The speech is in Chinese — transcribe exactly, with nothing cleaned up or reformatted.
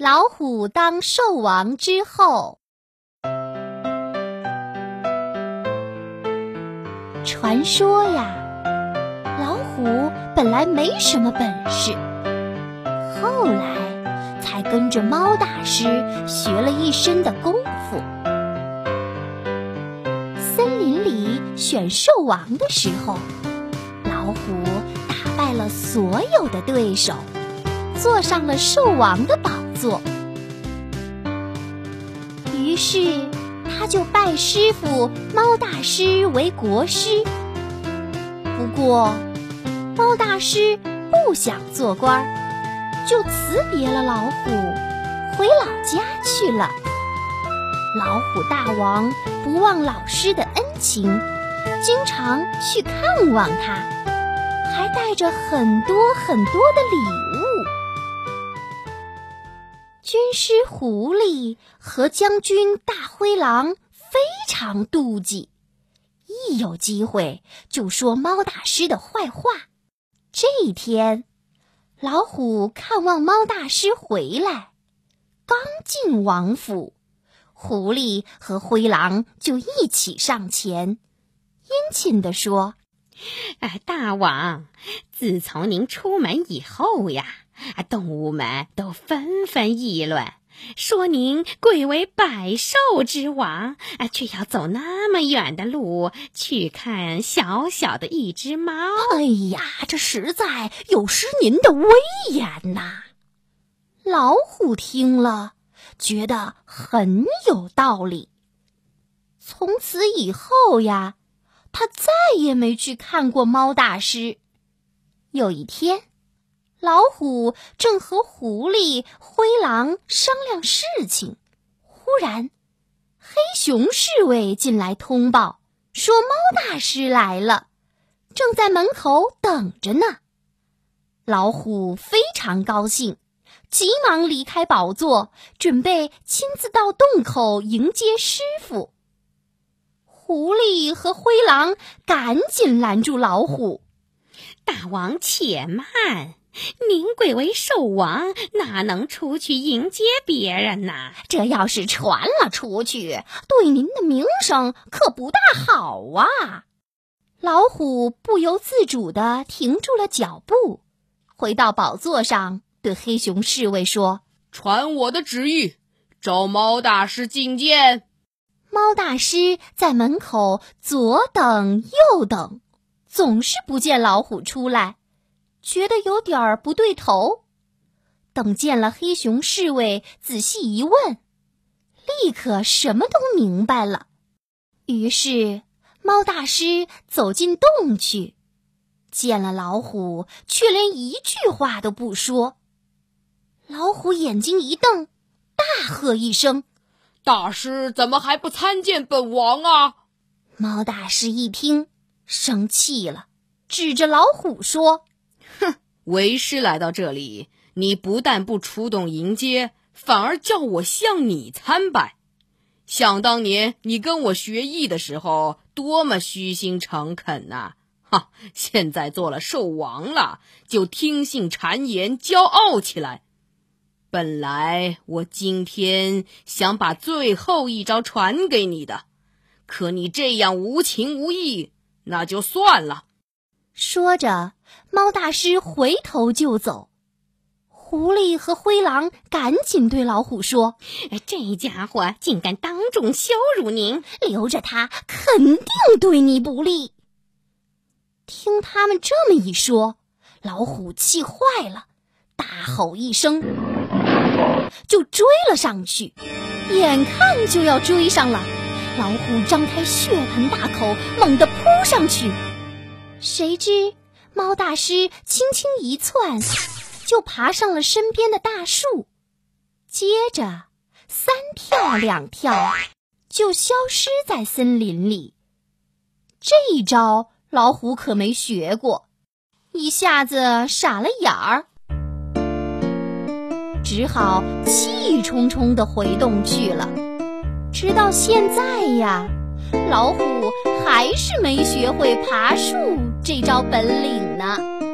老虎当兽王之后。传说呀，老虎本来没什么本事，后来才跟着猫大师学了一身的功夫。森林里选兽王的时候，老虎打败了所有的对手，坐上了兽王的宝座。于是他就拜师傅猫大师为国师。不过猫大师不想做官，就辞别了老虎，回老家去了。老虎大王不忘老师的恩情，经常去看望他，还带着很多很多的礼物。军师狐狸和将军大灰狼非常妒忌，一有机会就说猫大师的坏话。这一天，老虎看望猫大师回来，刚进王府，狐狸和灰狼就一起上前，殷勤地说： 哎，大王，自从您出门以后呀，动物们都纷纷议论，说您贵为百兽之王，却要走那么远的路去看小小的一只猫。 哎呀，这实在有失您的威严呐！老虎听了，觉得很有道理。从此以后呀，他再也没去看过猫大师。有一天，老虎正和狐狸、灰狼商量事情，忽然黑熊侍卫进来通报，说猫大师来了，正在门口等着呢。老虎非常高兴，急忙离开宝座，准备亲自到洞口迎接师傅。狐狸和灰狼赶紧拦住老虎： 大王且慢，您贵为兽王，哪能出去迎接别人呢？ 这要是传了出去，对您的名声可不大好啊！老虎不由自主地停住了脚步，回到宝座上，对黑熊侍卫说： 传我的旨意，召猫大师觐见。 猫大师在门口左等右等，总是不见老虎出来，觉得有点不对头。等见了黑熊侍卫，仔细一问，立刻什么都明白了。于是猫大师走进洞去，见了老虎，却连一句话都不说。老虎眼睛一瞪，大喝一声： 大师怎么还不参见本王啊？ 猫大师一听，生气了，指着老虎说： 哼，为师来到这里，你不但不出动迎接，反而叫我向你参拜。想当年你跟我学艺的时候，多么虚心诚恳呐！哈，现在做了兽王了，就听信谗言，骄傲起来。本来我今天想把最后一招传给你的，可你这样无情无义，那就算了。 说着，猫大师回头就走。狐狸和灰狼赶紧对老虎说： 这家伙竟敢当众羞辱您， 留着他肯定对你不利。听他们这么一说，老虎气坏了，大吼一声，就追了上去。眼看就要追上了，老虎张开血盆大口，猛地扑上去。谁知猫大师轻轻一窜，就爬上了身边的大树，接着三跳两跳，就消失在森林里。这一招老虎可没学过，一下子傻了眼儿，只好气冲冲地回洞去了。直到现在呀，老虎还是没学会爬树这招本领呢。